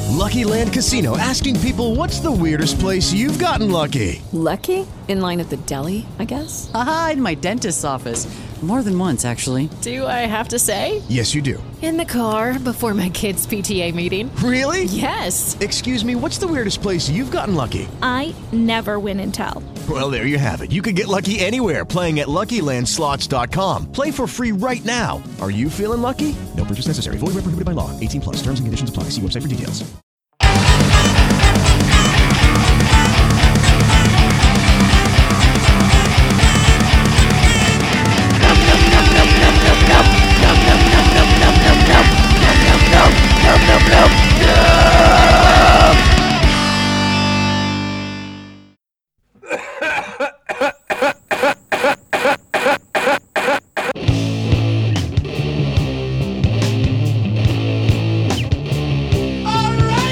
Lucky Land Casino, asking people, what's the weirdest place you've gotten lucky? Lucky? In line at the deli, I guess? Aha, in my dentist's office. More than once, actually. Do I have to say? Yes, you do. In the car before my kids' PTA meeting. Really? Yes. Excuse me, what's the weirdest place you've gotten lucky? I never win and tell. Well, there you have it. You can get lucky anywhere, playing at LuckyLandSlots.com. Play for free right now. Are you feeling lucky? No purchase necessary. Void where prohibited by law. 18 plus. Terms and conditions apply. See website for details. All right.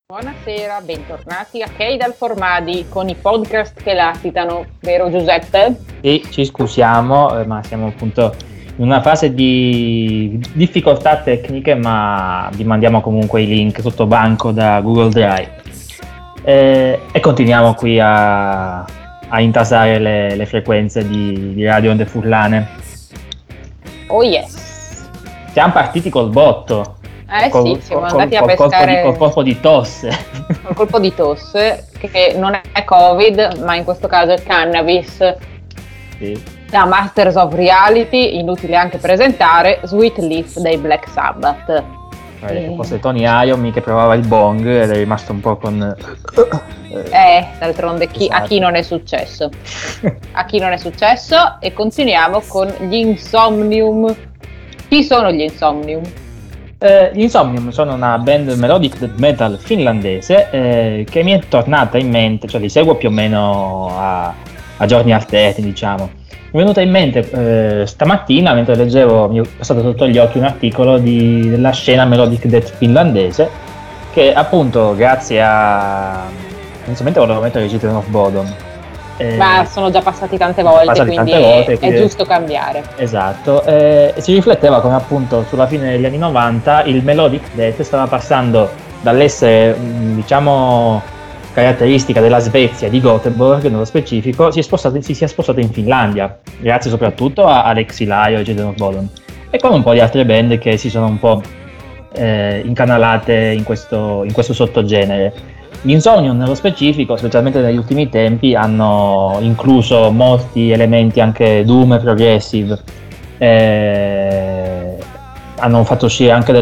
Buonasera, bentornati a Kay dal Formadi con i podcast che latitano, vero Giuseppe? Sì, ci scusiamo, ma siamo appunto in una fase di difficoltà tecniche, ma vi mandiamo comunque i link sotto banco da Google Drive. E continuiamo qui a intasare le frequenze di Radio Onde Furlane. Oh yes! Siamo partiti col botto. Sì, siamo andati a pescare col colpo di tosse. Col colpo di tosse, che non è Covid, ma in questo caso è cannabis. Sì. Da Masters of Reality, inutile anche presentare, Sweet Leaf dei Black Sabbath. Che fosse Tony Iommi che provava il bong ed è rimasto un po' con... d'altronde esatto. A chi non è successo? A chi non è successo? E continuiamo con gli Insomnium. Chi sono gli Insomnium? Gli Insomnium sono una band melodic death metal finlandese che mi è tornata in mente, cioè li seguo più o meno a giorni alterni, diciamo. Mi è venuta in mente stamattina mentre leggevo, mi è passato sotto gli occhi un articolo della scena melodic death finlandese che appunto grazie a... inizialmente volevo mettere Children of Bodom. Ma sono già passati tante volte, quindi è giusto cambiare. Esatto, si rifletteva come appunto sulla fine degli anni 90 il melodic death stava passando dall'essere diciamo caratteristica della Svezia, di Göteborg nello specifico, si sia spostato in Finlandia, grazie soprattutto a Alex Ilaio e Children of Bodom, e con un po' di altre band che si sono un po' incanalate in questo sottogenere. Gli Insomnium nello specifico, specialmente negli ultimi tempi, hanno incluso molti elementi anche doom e progressive, hanno fatto uscire anche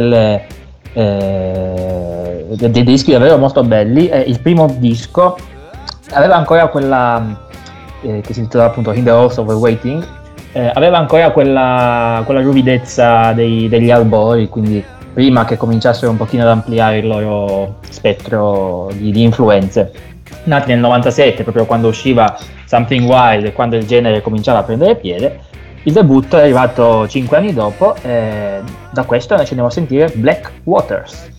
dei dischi davvero molto belli. Il primo disco aveva ancora quella che si intitola appunto In the Halls of Waiting, aveva ancora quella ruvidezza degli albori, quindi prima che cominciassero un pochino ad ampliare il loro spettro di influenze. Nati nel 97, proprio quando usciva Something Wild e quando il genere cominciava a prendere piede, il debutto è arrivato 5 anni dopo e da questo noi ci andiamo a sentire Black Waters.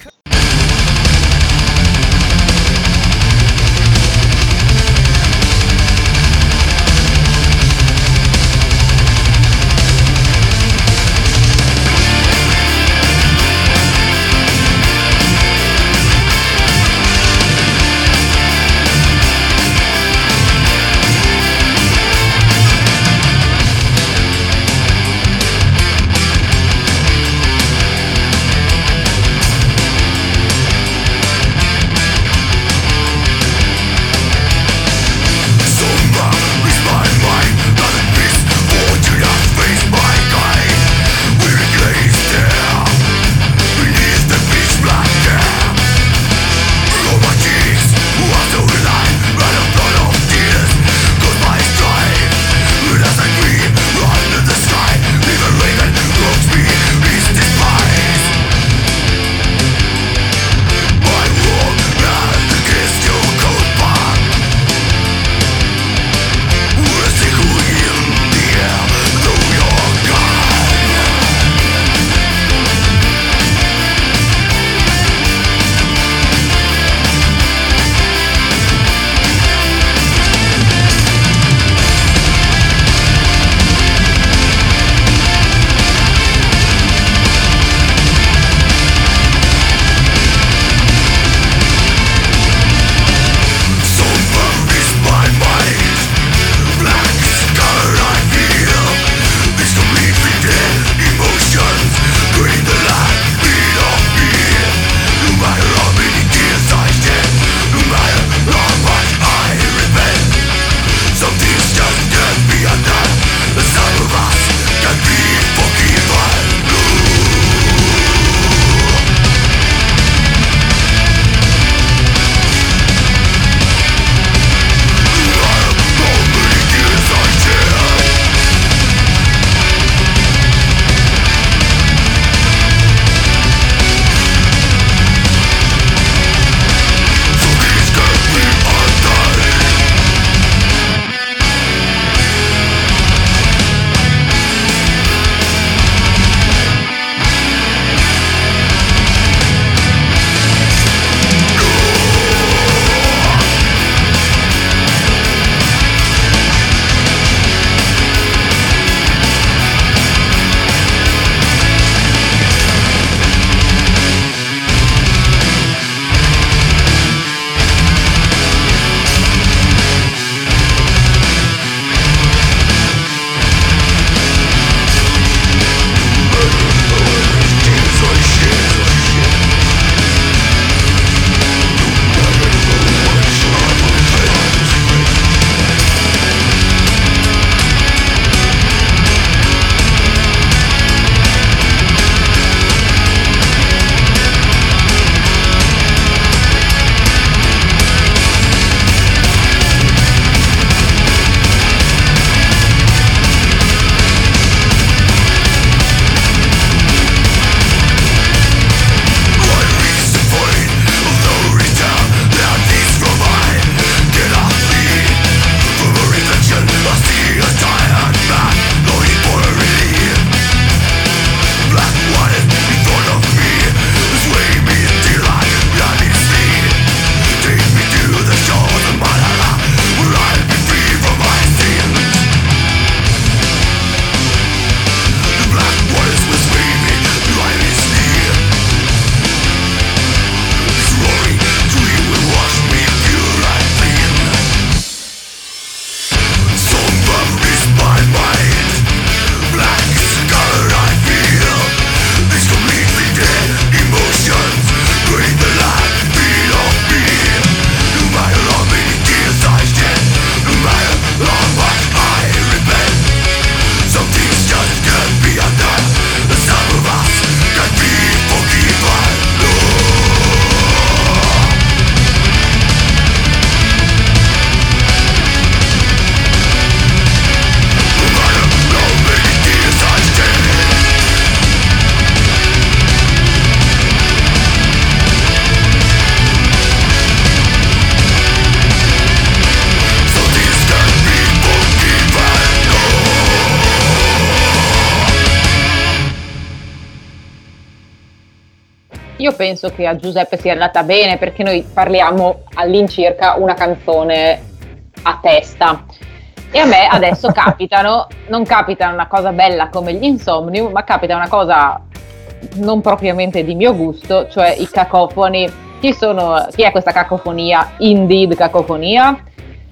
Io penso che a Giuseppe sia andata bene, perché noi parliamo all'incirca una canzone a testa. E a me adesso non capita una cosa bella come gli Insomnium, ma capita una cosa non propriamente di mio gusto, cioè i cacofoni. Chi è questa cacofonia? Indeed Cacofonia.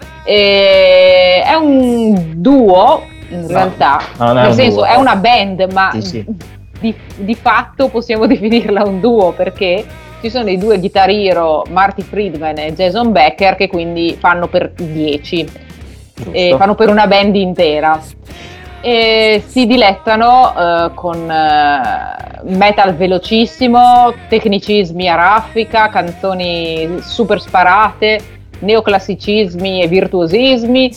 È un duo, in realtà, nel senso è una band, ma sì. Di fatto possiamo definirla un duo, perché ci sono i due Guitar Hero, Marty Friedman e Jason Becker, che quindi fanno per 10. E fanno per una band intera e si dilettano con metal velocissimo, tecnicismi a raffica, canzoni super sparate, neoclassicismi e virtuosismi,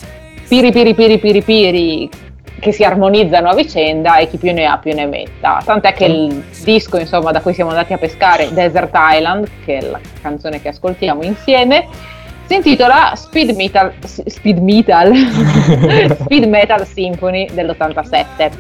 piri che si armonizzano a vicenda, e chi più ne ha più ne metta. Tant'è che il disco, insomma, da cui siamo andati a pescare, Desert Island, che è la canzone che ascoltiamo insieme, si intitola Speed Metal Symphony dell'87.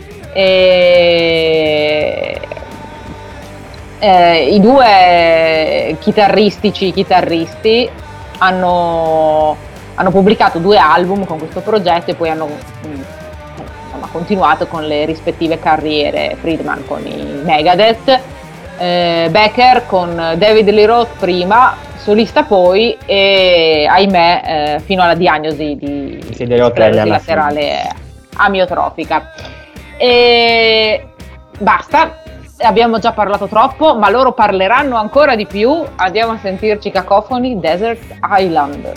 I due chitarristi hanno pubblicato 2 album con questo progetto, e poi hanno continuato con le rispettive carriere. Friedman con i Megadeth, Becker con David Lee Roth prima, solista poi, e ahimè fino alla diagnosi di sclerosi laterale amiotrofica. E basta, abbiamo già parlato troppo, ma loro parleranno ancora di più. Andiamo a sentirci Cacofoni, Desert Island.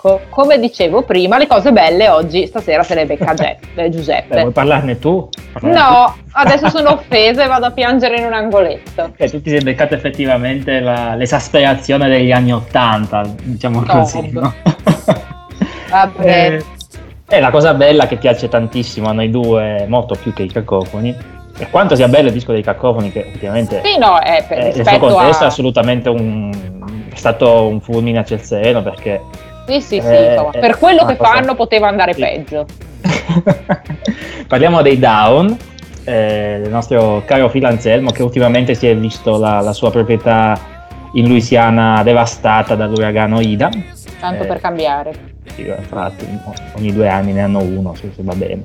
Ecco, come dicevo prima, le cose belle oggi, stasera se le becca Giuseppe. Vuoi parlarne tu? No, adesso sono offesa e vado a piangere in un angoletto. Tu ti sei beccato effettivamente l'esasperazione degli anni '80, diciamo così, no? Vabbè. La cosa bella che piace tantissimo a noi due, molto più che i Cacofoni, per quanto sia bello il disco dei Cacofoni, che ovviamente sì, no, nel suo contesto è assolutamente è stato un fulmine a ciel sereno, perché sì, insomma, per quello che fanno poteva andare peggio. Parliamo dei Down, del nostro caro Phil Anselmo, che ultimamente si è visto la sua proprietà in Louisiana devastata dall'uragano Ida. Tanto per cambiare. Sì, infatti, ogni 2 anni ne hanno uno, se va bene.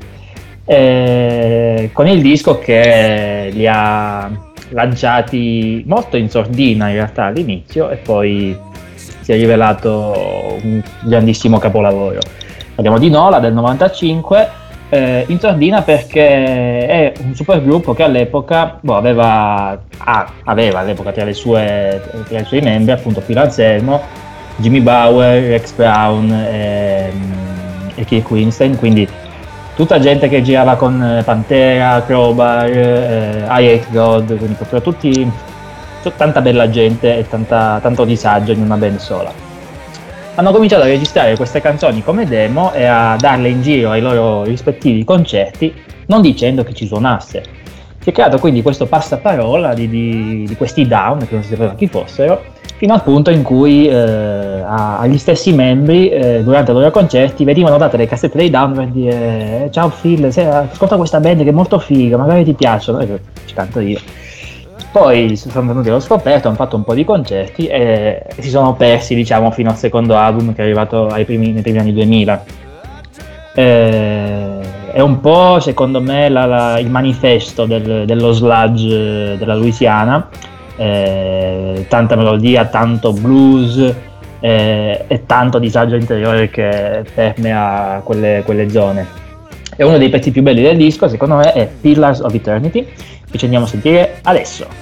Con il disco che li ha lanciati molto in sordina in realtà all'inizio, e poi si è rivelato un grandissimo capolavoro. Parliamo di Nola del 95, in sordina perché è un supergruppo che all'epoca aveva all'epoca tra i suoi membri appunto Phil Anselmo, Jimmy Bower, Rex Brown e Kirk Windstein, quindi tutta gente che girava con Pantera, Crowbar, I Hate God, quindi proprio tanta bella gente e tanto disagio in una band sola. Hanno cominciato a registrare queste canzoni come demo e a darle in giro ai loro rispettivi concerti, non dicendo che ci suonasse. Si è creato quindi questo passaparola di questi Down, che non si sapeva chi fossero, fino al punto in cui agli stessi membri durante i loro concerti venivano date le cassette dei Down per dire ciao Phil, ascolta questa band che è molto figa, magari ti piacciono, e ci canto io. Poi sono venuti allo scoperto, hanno fatto un po' di concerti e si sono persi, diciamo, fino al secondo album che è arrivato nei primi anni 2000. È un po', secondo me, il manifesto dello sludge della Louisiana. Tanta melodia, tanto blues e tanto disagio interiore che permea quelle zone. E uno dei pezzi più belli del disco, secondo me, è Pillars of Eternity, che ci andiamo a sentire adesso.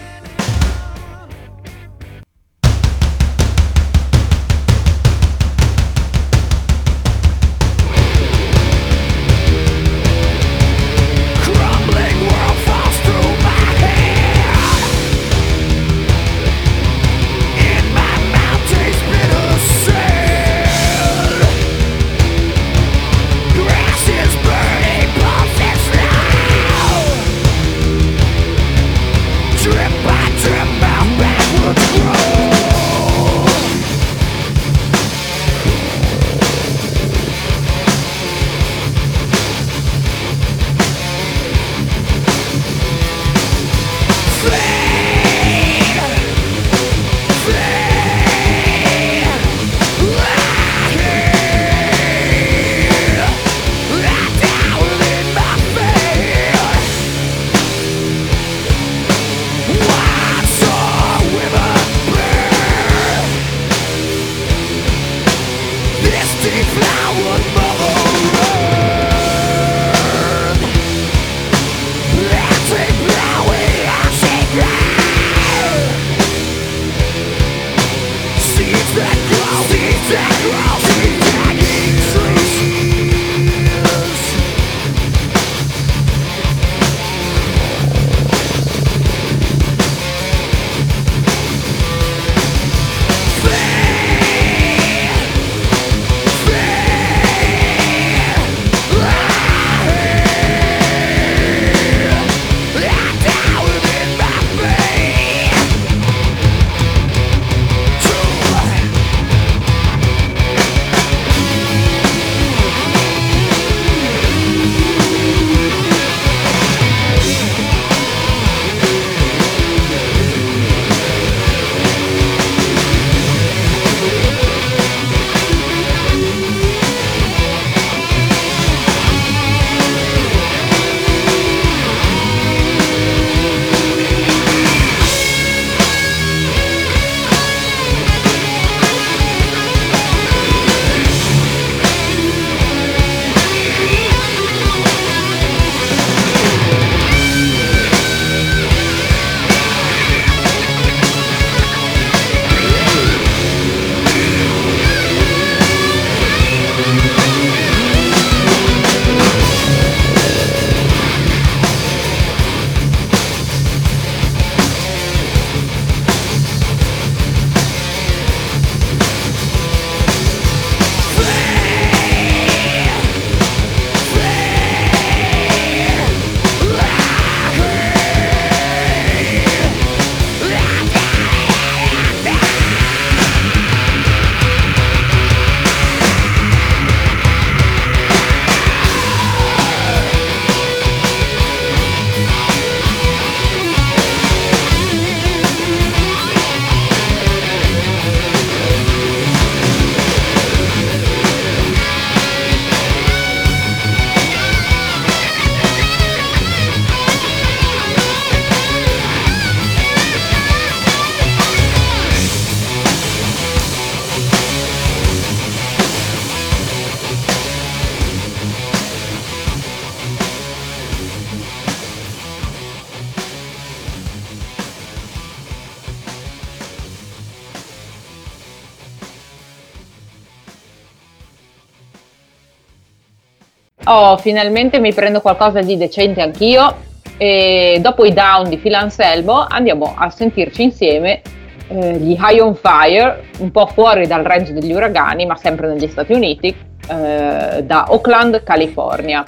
finalmente mi prendo qualcosa di decente anch'io e dopo i Down di Phil Anselmo andiamo a sentirci insieme gli High on Fire, un po' fuori dal range degli uragani ma sempre negli Stati Uniti, da Oakland, California.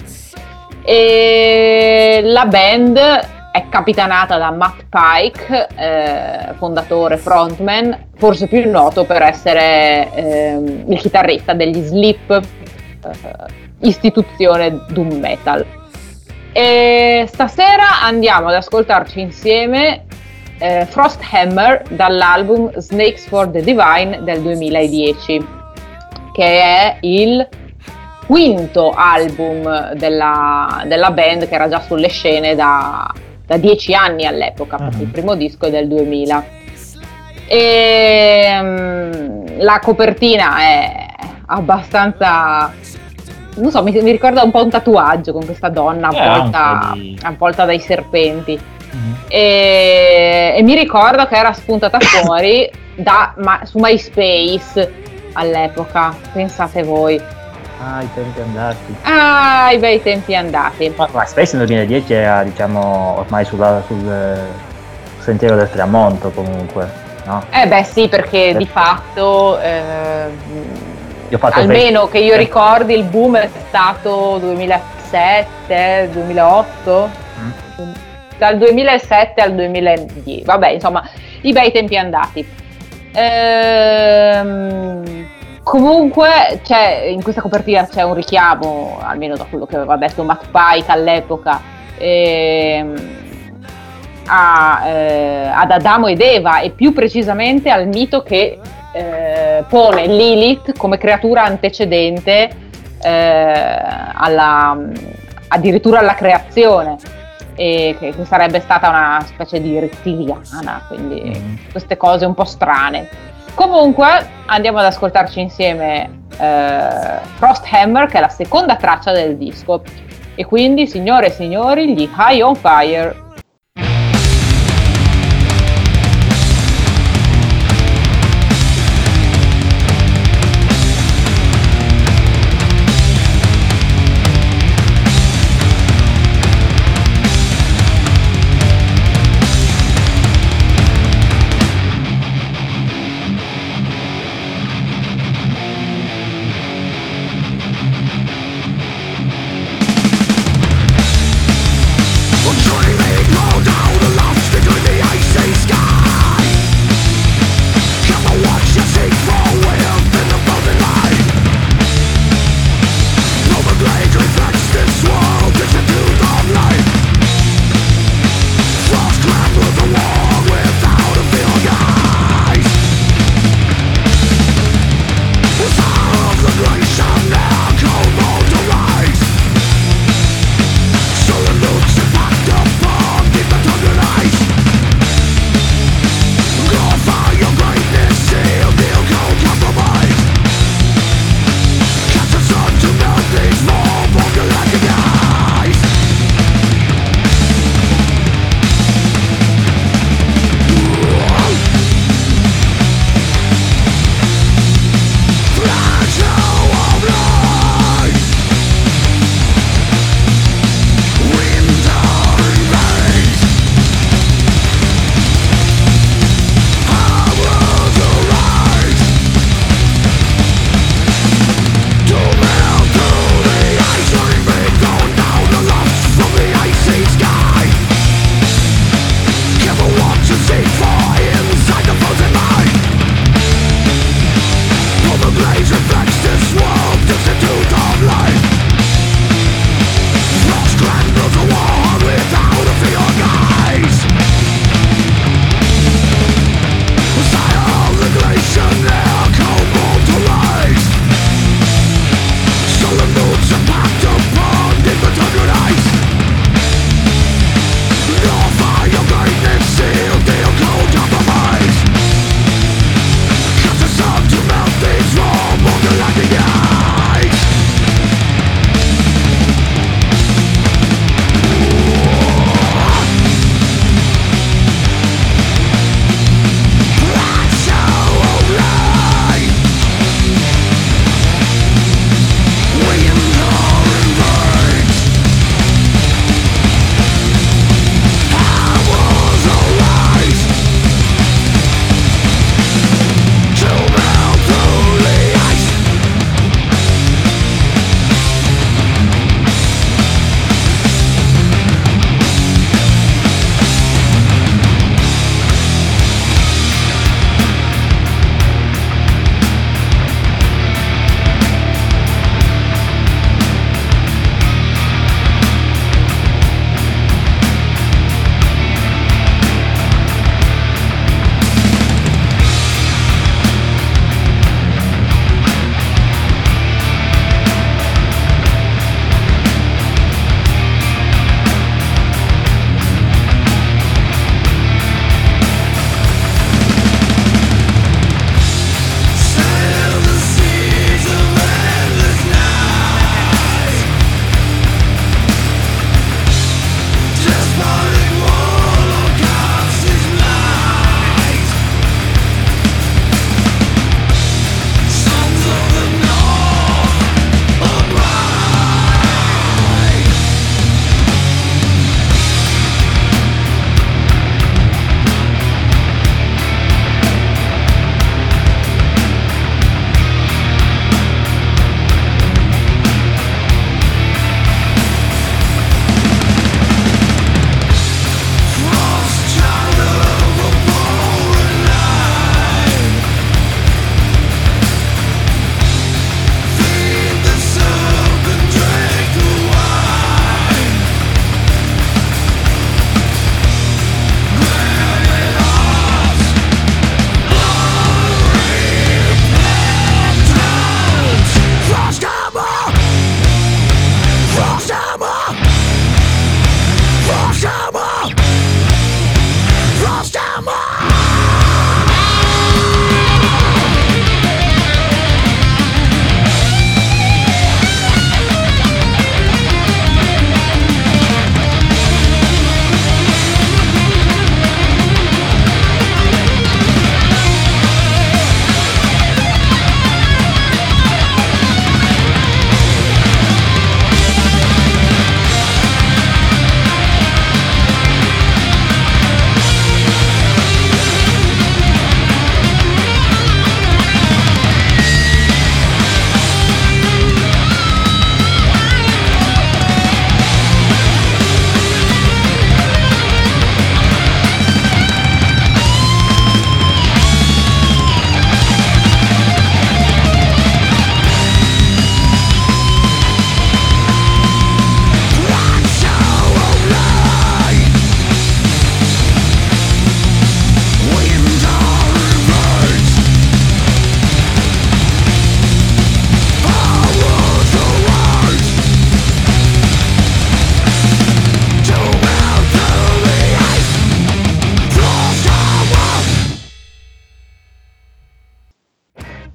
E la band è capitanata da Matt Pike, fondatore, frontman, forse più noto per essere il chitarrista degli Sleep, istituzione doom metal. E stasera andiamo ad ascoltarci insieme Frosthammer dall'album Snakes for the Divine del 2010, che è il quinto album della band, che era già sulle scene da 10 anni all'epoca, perché il primo disco è del 2000. E la copertina è abbastanza, non so, mi ricorda un po' un tatuaggio con questa donna avvolta dai serpenti. E mi ricordo che era spuntata fuori su MySpace all'epoca, pensate voi. I tempi andati. I bei tempi andati. Ma MySpace nel 2010 era, diciamo, ormai sul sentiero del tramonto comunque, no? Beh sì, perché di fatto almeno che io ricordi il boom è stato 2007, 2008, dal 2007 al 2010, vabbè, insomma, i bei tempi andati. Comunque in questa copertina c'è un richiamo, almeno da quello che aveva detto Matt Pike all'epoca, ad Adamo ed Eva, e più precisamente al mito che pone Lilith come creatura antecedente addirittura alla creazione, e che sarebbe stata una specie di rettiliana, quindi queste cose un po' strane. Comunque andiamo ad ascoltarci insieme Frosthammer, che è la seconda traccia del disco, e quindi, signore e signori, gli High on Fire. Dreaming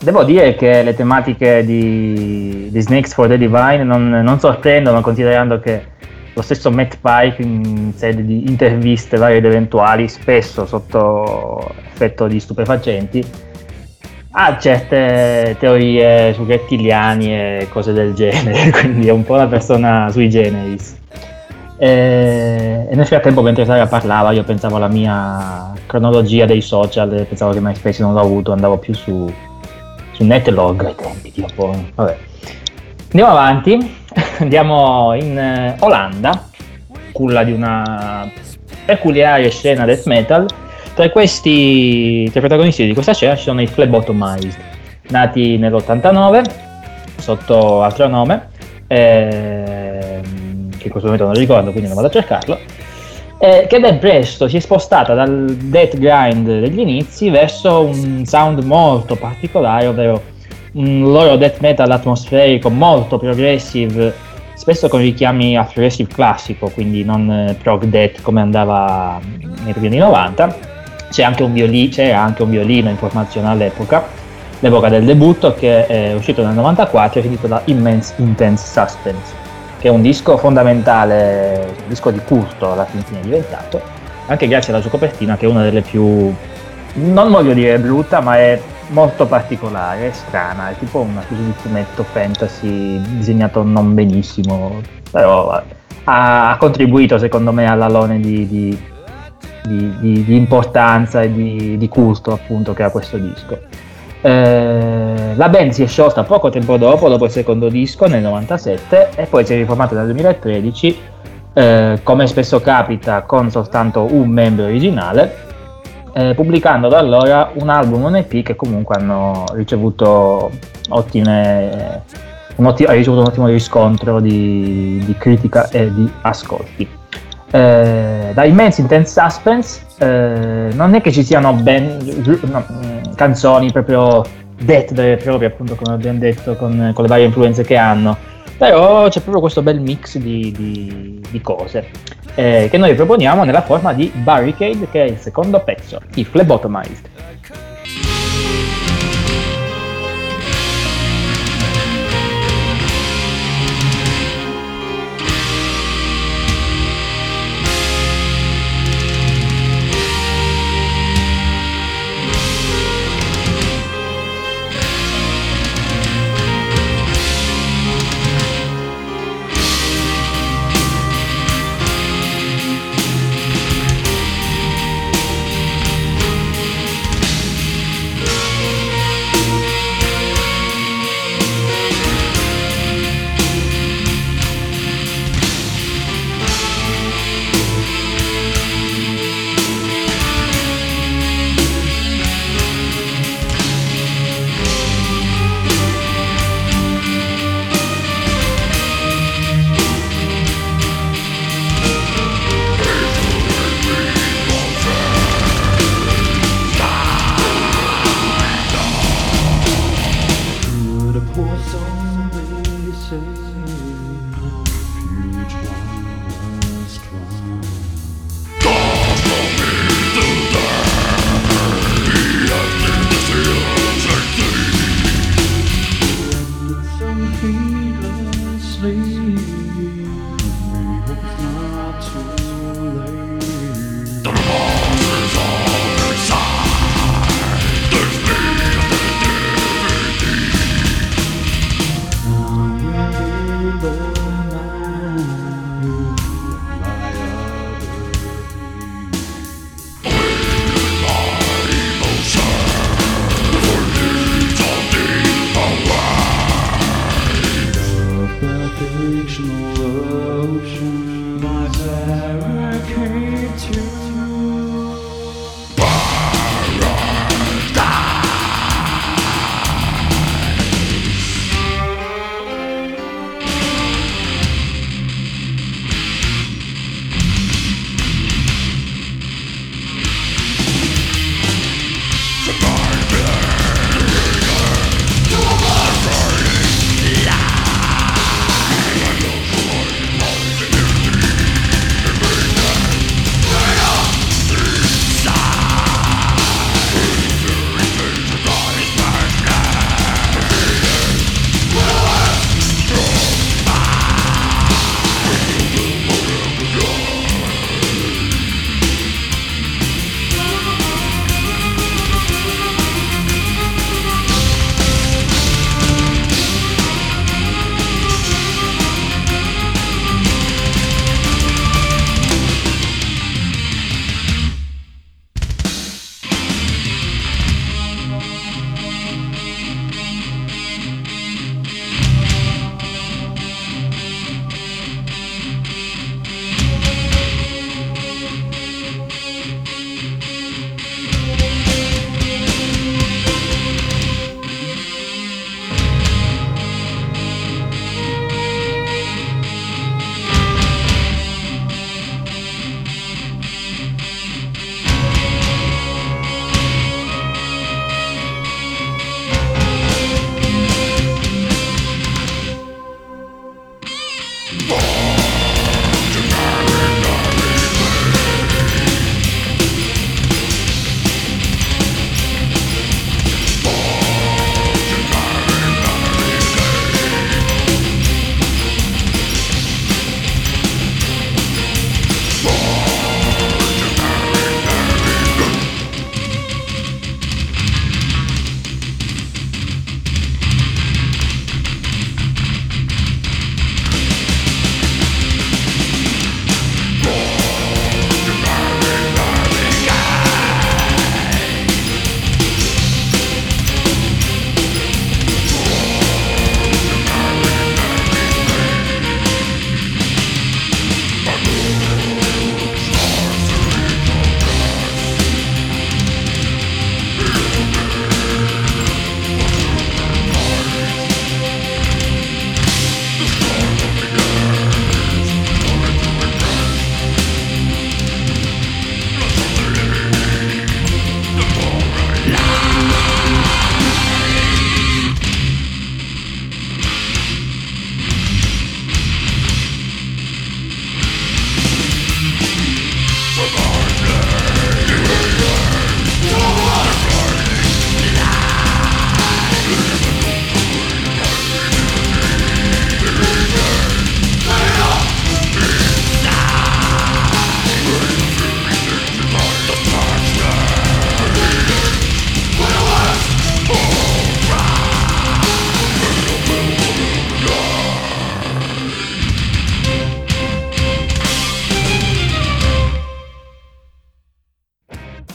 Devo dire che le tematiche di Snakes for the Divine non sorprendono, considerando che lo stesso Matt Pike, in sede di interviste varie ed eventuali, spesso sotto effetto di stupefacenti, ha certe teorie su rettiliani e cose del genere, quindi è un po' una persona sui generis. E nel frattempo, mentre Sara parlava, io pensavo alla mia cronologia dei social, pensavo che MySpace non l'ho avuto, andavo più su Netlog ai tempi, tipo, vabbè. Andiamo avanti, andiamo in Olanda, culla di una peculiare scena death metal. Tra i protagonisti di questa scena ci sono i Phlebotomized, nati nell'89 sotto altro nome, che in questo momento non ricordo, quindi non vado a cercarlo, che ben presto si è spostata dal death grind degli inizi verso un sound molto particolare, ovvero un loro death metal atmosferico molto progressive, spesso con richiami al progressive classico, quindi non prog death come andava nei primi anni 90. C'era anche un violino in formazione all'epoca del debutto, che è uscito nel 94 e si intitola Immense Intense Suspense, che è un disco fondamentale, un disco di culto alla fine è diventato, anche grazie alla sua copertina, che è una delle più, non voglio dire brutta, ma è molto particolare, è strana, è tipo una specie di fumetto fantasy disegnato non benissimo, però ha contribuito secondo me all'alone di importanza e di culto, appunto, che ha questo disco. La band si è sciolta poco tempo dopo il secondo disco nel 97 e poi si è riformata nel 2013, come spesso capita con soltanto un membro originale, pubblicando da allora un album, un EP che comunque hanno ricevuto un ottimo riscontro di critica e di ascolti. Da Immense Intense Suspense non è che ci siano canzoni proprio death vere e proprie, appunto, come abbiamo detto, con le varie influenze che hanno, però c'è proprio questo bel mix di cose che noi proponiamo nella forma di Barricade, che è il secondo pezzo, i Phlebotomized.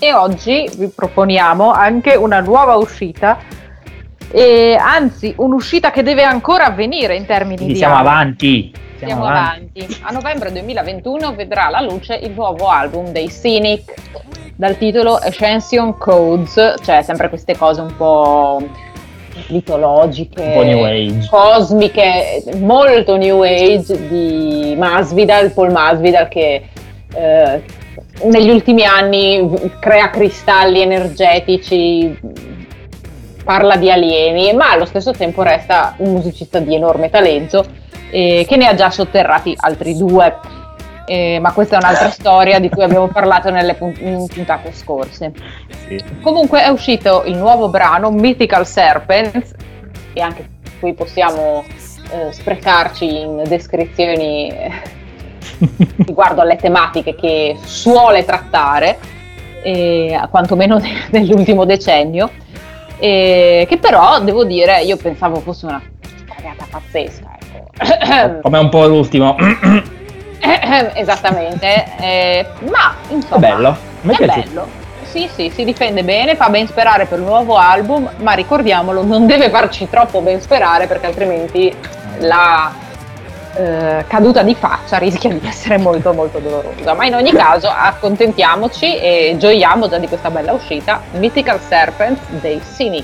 e oggi vi proponiamo anche una nuova uscita, anzi un'uscita che deve ancora avvenire in termini Quindi di siamo album. avanti. Siamo avanti. A novembre 2021 vedrà la luce il nuovo album dei Cynic dal titolo Ascension Codes, cioè sempre queste cose un po' mitologiche, Un po' New Age. cosmiche, molto New Age di Masvidal, Paul Masvidal, che negli ultimi anni crea cristalli energetici, parla di alieni, ma allo stesso tempo resta un musicista di enorme talento, che ne ha già sotterrati altri due. Ma questa è un'altra storia di cui abbiamo parlato nelle puntate scorse. Sì. Comunque è uscito il nuovo brano Mythical Serpents, e anche qui possiamo sprecarci in descrizioni riguardo alle tematiche che suole trattare, quantomeno nell'ultimo decennio, che però devo dire io pensavo fosse una cagata pazzesca, ecco. Come un po' l'ultimo. Esattamente, ma insomma È bello, a me è piace. bello. Sì, si difende bene, fa ben sperare per il nuovo album, ma ricordiamolo, non deve farci troppo ben sperare, perché altrimenti la caduta di faccia rischia di essere molto molto dolorosa. Ma in ogni caso accontentiamoci e gioiamo già di questa bella uscita, Mythical Serpents dei Cynic.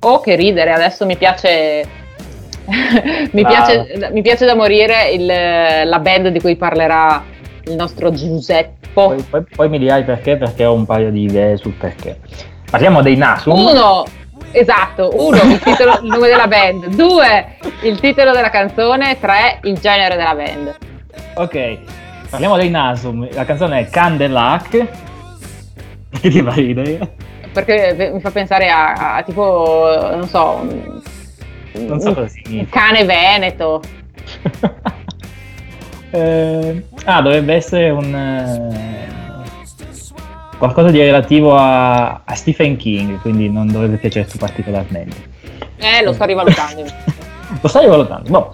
Oh, che ridere, adesso mi piace. Bravo. Mi piace da morire la band di cui parlerà il nostro Giuseppo. Poi mi dirai perché ho un paio di idee sul perché. Parliamo dei Nasum. Uno, il nome della band. 2, il titolo della canzone. 3, il genere della band. Ok, parliamo dei Nasum. La canzone è Candelac. Che ti fa ridere? Perché mi fa pensare a tipo, non so, Non so cosa un significa. cane veneto. Dovrebbe essere qualcosa di relativo a Stephen King, quindi non dovrebbe piacerti particolarmente. Lo sto rivalutando. Lo stai valutando? Boh.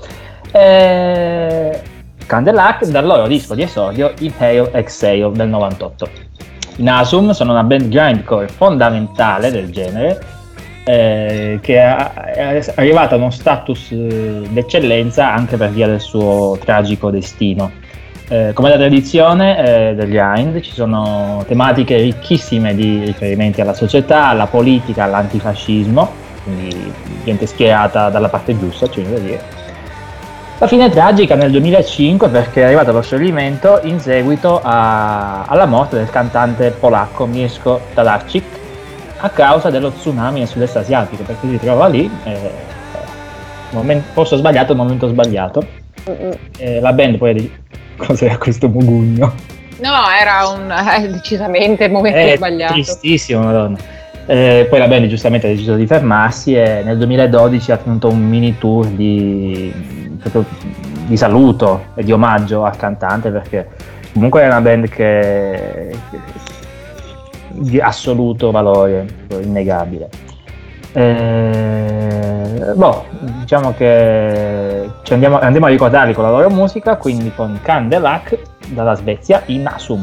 Candelac dal loro disco di esordio Inhale Exhale del 98. I Nasum sono una band grindcore fondamentale del genere, che è arrivata a uno status d'eccellenza anche per via del suo tragico destino. Come da tradizione del grind ci sono tematiche ricchissime di riferimenti alla società, alla politica, all'antifascismo, quindi gente schierata dalla parte giusta, ci viene da dire. La fine è tragica nel 2005 perché è arrivato lo scioglimento in seguito alla morte del cantante polacco Mieszko Talarczyk a causa dello tsunami nel sud-est asiatico, perché si trova lì, posto sbagliato, momento sbagliato. La band poi cos'era questo mugugno? No, era decisamente il momento sbagliato. Tristissimo, madonna. Poi la band giustamente ha deciso di fermarsi e nel 2012 ha tenuto un mini tour proprio di saluto e di omaggio al cantante, perché comunque è una band di assoluto valore, innegabile. Diciamo che andiamo a ricordarli con la loro musica, quindi con Candelac dalla Svezia, i Nasum.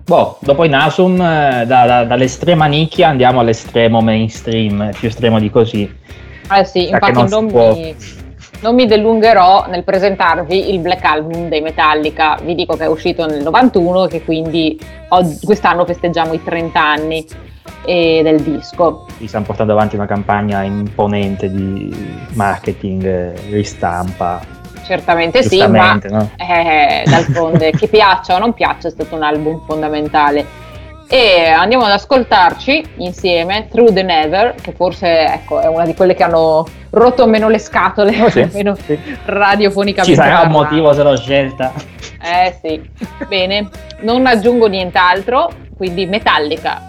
dopo i Nasum, dall'estrema nicchia andiamo all'estremo mainstream, più estremo di così. Sì, infatti non mi dilungherò nel presentarvi il Black Album dei Metallica. Vi dico che è uscito nel 91 e che quindi quest'anno festeggiamo i 30 anni del disco. Si stanno portando avanti una campagna imponente di marketing, ristampa. Certamente sì, ma no? d'altronde che piaccia o non piaccia è stato un album fondamentale. E andiamo ad ascoltarci insieme Through the Never, che forse è una di quelle che hanno rotto meno le scatole, meno radiofonicamente. Ci sarà un motivo se l'ho scelta. Sì, bene, non aggiungo nient'altro, quindi Metallica.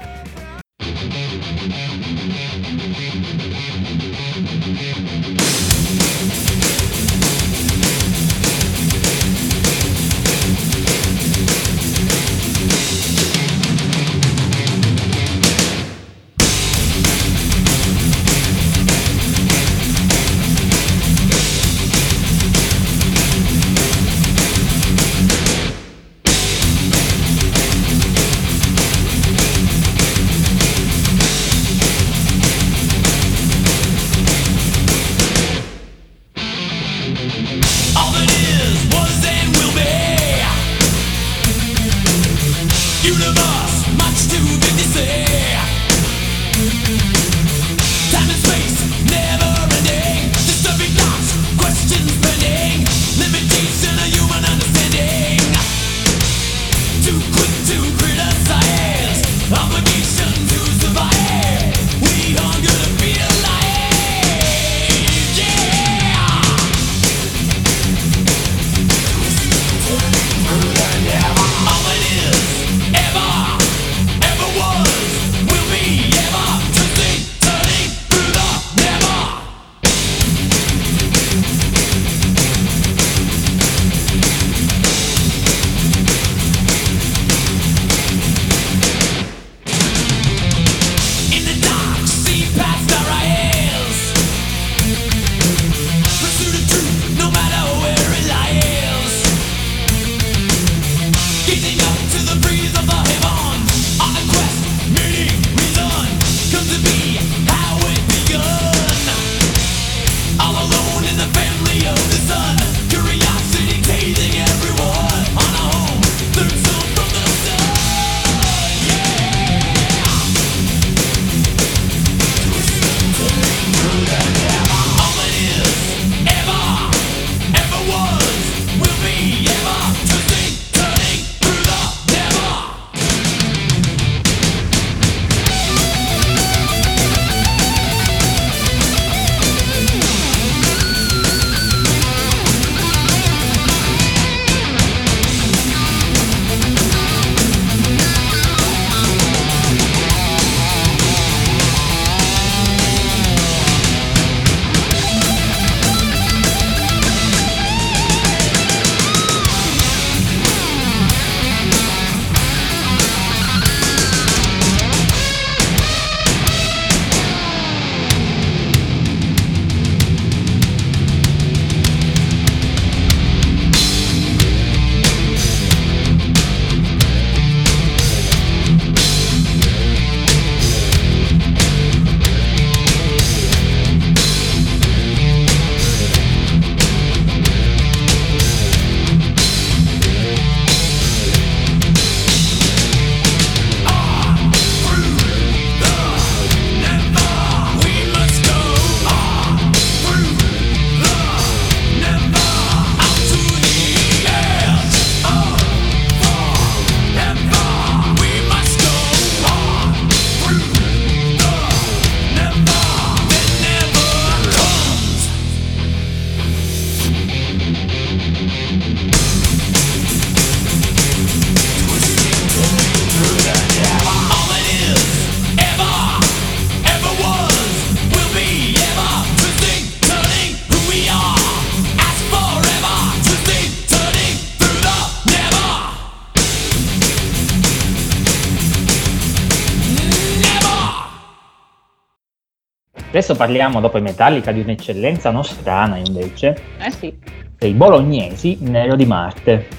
Adesso parliamo, dopo i Metallica, di un'eccellenza nostrana invece, Sì. dei bolognesi Nero di Marte.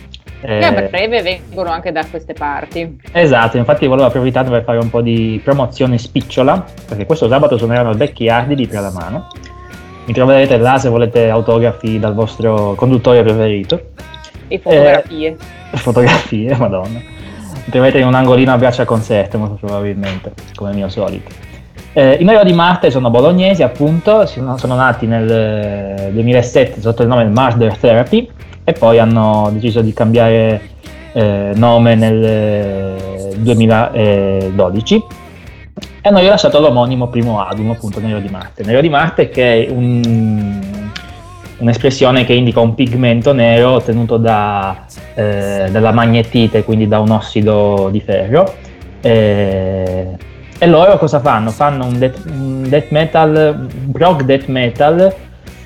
a breve vengono anche da queste parti. Esatto, infatti volevo approfittare per fare un po' di promozione spicciola, perché questo sabato suoneranno al Vecchiardi di Pialamano. Mi troverete là se volete autografi dal vostro conduttore preferito. E fotografie. Fotografie, madonna. Mi troverete in un angolino a braccia conserte, molto probabilmente, come mio solito. I Nero di Marte sono bolognesi, appunto, sono nati nel 2007 sotto il nome Murder Therapy e poi hanno deciso di cambiare nome nel 2012 e hanno rilasciato l'omonimo primo album, appunto Nero di Marte. Nero di Marte, che è un'espressione che indica un pigmento nero ottenuto dalla magnetite, quindi da un ossido di ferro. E loro cosa fanno? Fanno un death metal, un prog death metal,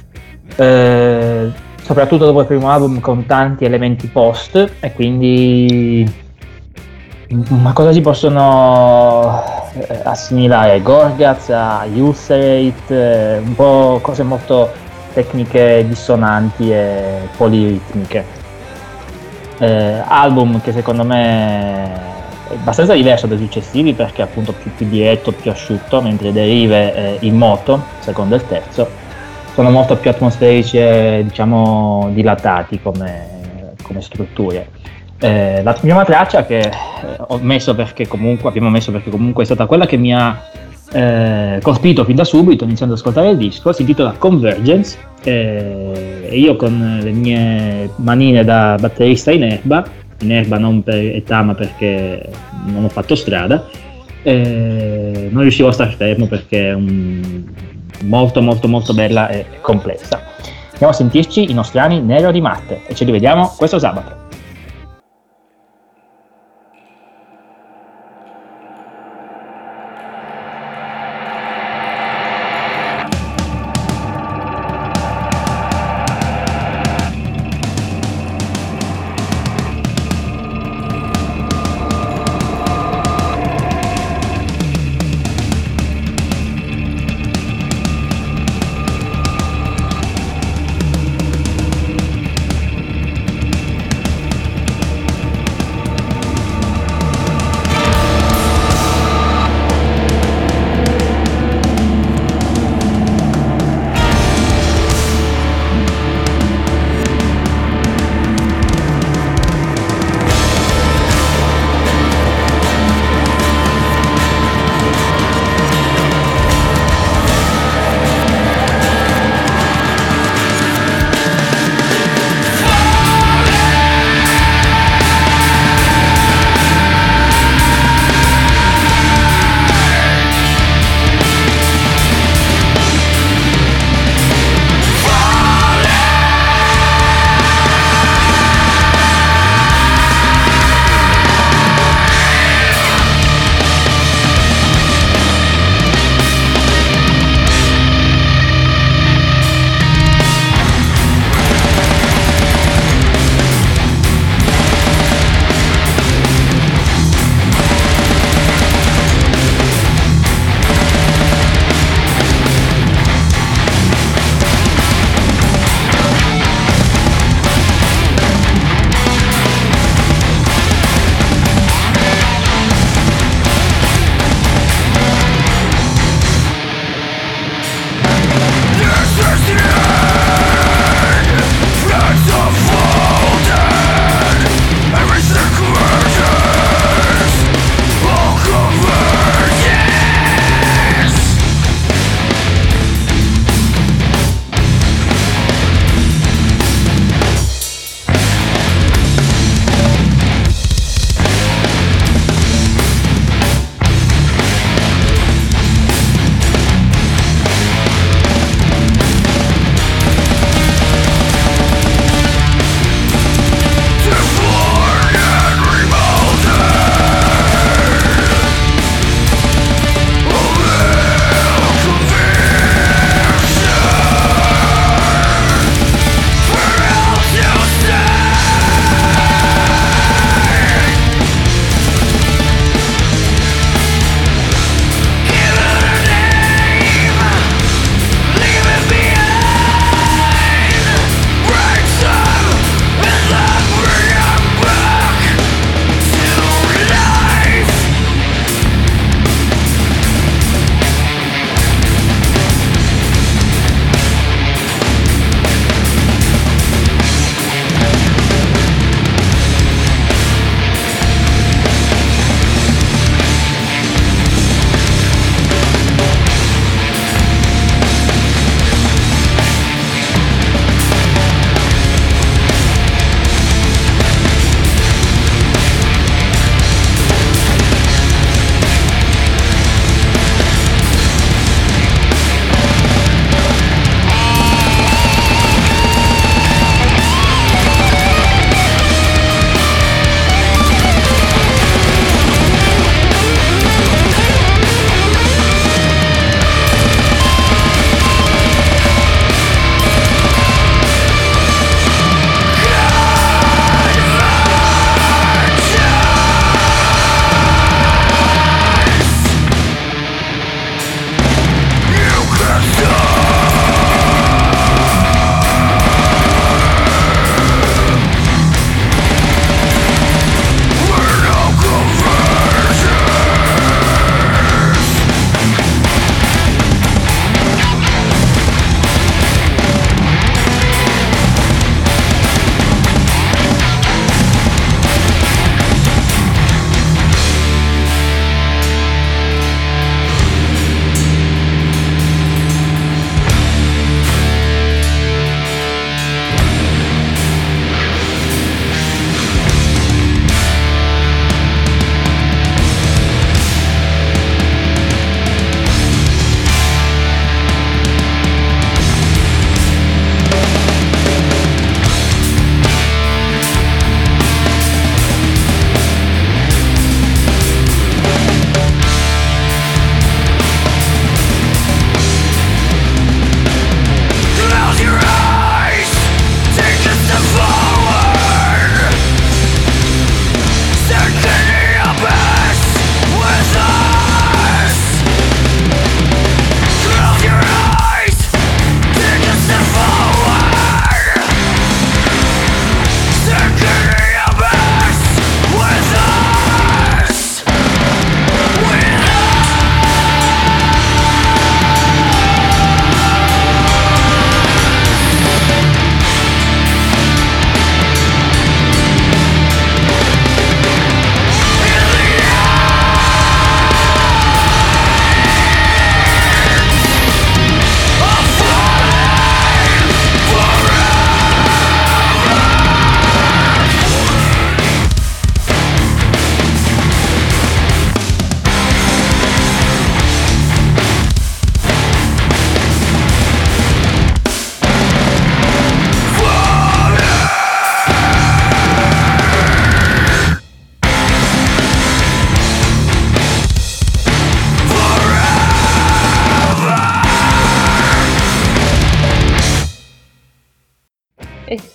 soprattutto dopo il primo album, con tanti elementi post, e quindi ma cosa si possono assimilare? Gorgaz a Ulcerate, un po' cose molto tecniche dissonanti e poliritmiche. Album che secondo me è abbastanza diverso dai successivi, perché è appunto più diretto, più asciutto, mentre Derive in moto, secondo il terzo, sono molto più atmosferici e diciamo dilatati come strutture. La prima traccia che abbiamo messo perché comunque è stata quella che mi ha colpito fin da subito iniziando ad ascoltare il disco, si intitola Convergence, e io con le mie manine da batterista in erba non per età ma perché non ho fatto strada, non riuscivo a star fermo perché è molto molto molto bella e complessa. Andiamo a sentirci i nostrani Nero di Marte e ci rivediamo questo sabato.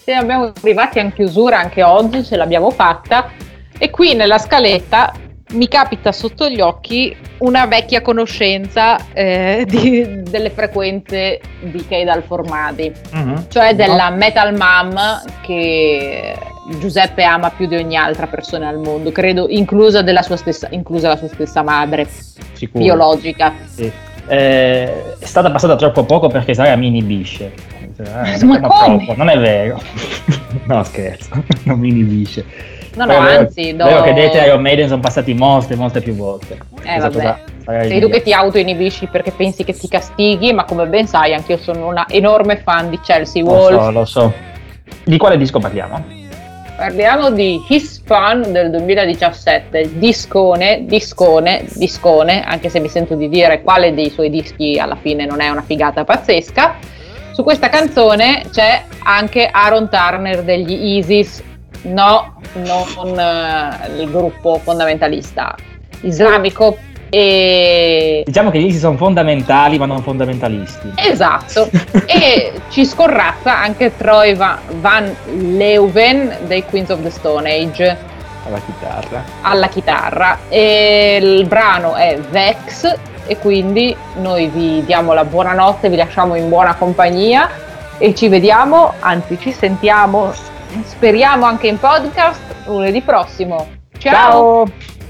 Abbiamo arrivati in chiusura anche oggi, ce l'abbiamo fatta. E qui nella scaletta mi capita sotto gli occhi una vecchia conoscenza delle frequenze di Keidal Formadi, cioè della Metal Mom che Giuseppe ama più di ogni altra persona al mondo, credo, inclusa la sua stessa madre. Sicuro. Biologica. Sì. È stata passata troppo poco perché Sara mi inibisce. Ma come? Troppo. Non è vero. No, scherzo, non mi inibisce. No, anzi, vero che dei Iron Maiden sono passati molte più volte. Vabbè. Sei tu che ti auto-inibisci perché pensi che ti castighi, ma come ben sai anche io sono una enorme fan di Chelsea Wolfe. Lo so. Di quale disco parliamo? Parliamo di His Fun del 2017, discone, anche se mi sento di dire quale dei suoi dischi alla fine non è una figata pazzesca. Su questa canzone c'è anche Aaron Turner degli Isis, non il gruppo fondamentalista islamico. E diciamo che gli Isis sono fondamentali ma non fondamentalisti. Esatto. E ci scorrazza anche Troy Van Leeuwen dei Queens of the Stone Age alla chitarra e il brano è Vex e quindi noi vi diamo la buonanotte, vi lasciamo in buona compagnia e ci vediamo, anzi ci sentiamo, speriamo anche in podcast lunedì prossimo. Ciao!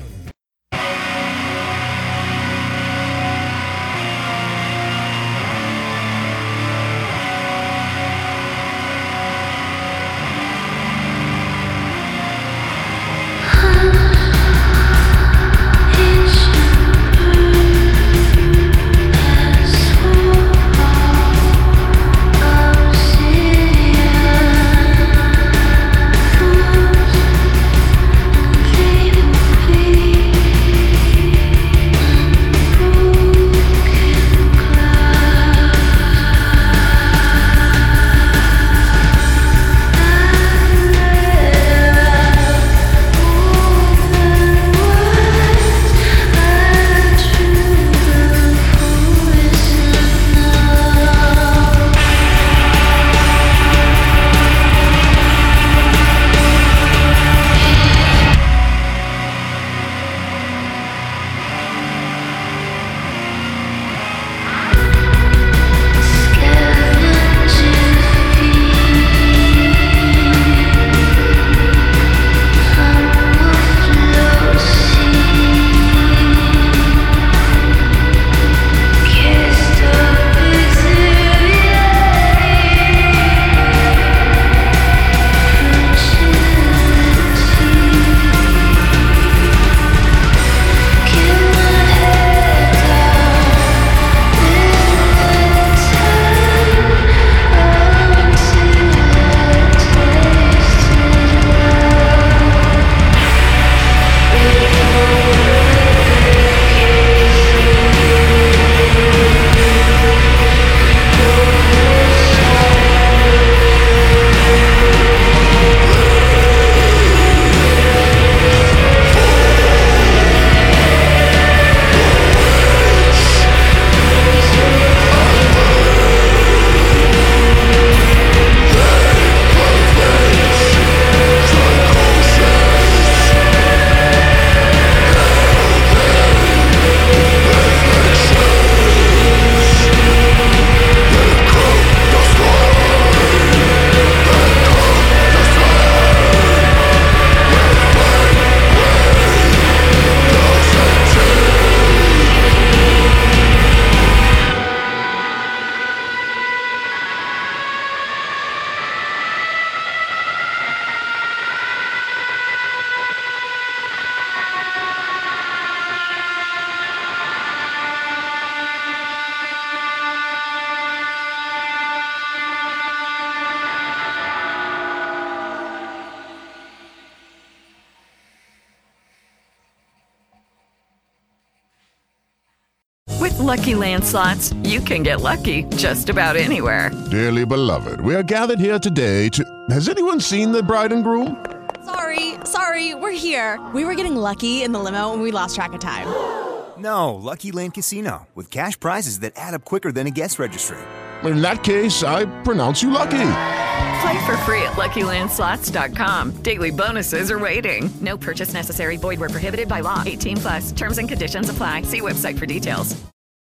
With Lucky Land Slots, you can get lucky just about anywhere. Dearly beloved, we are gathered here today to... Has anyone seen the bride and groom? Sorry, we're here. We were getting lucky in the limo and we lost track of time. No, Lucky Land Casino, with cash prizes that add up quicker than a guest registry. In that case, I pronounce you lucky. Play for free at LuckyLandSlots.com. Daily bonuses are waiting. No purchase necessary. Void where prohibited by law. 18+. Terms and conditions apply. See website for details.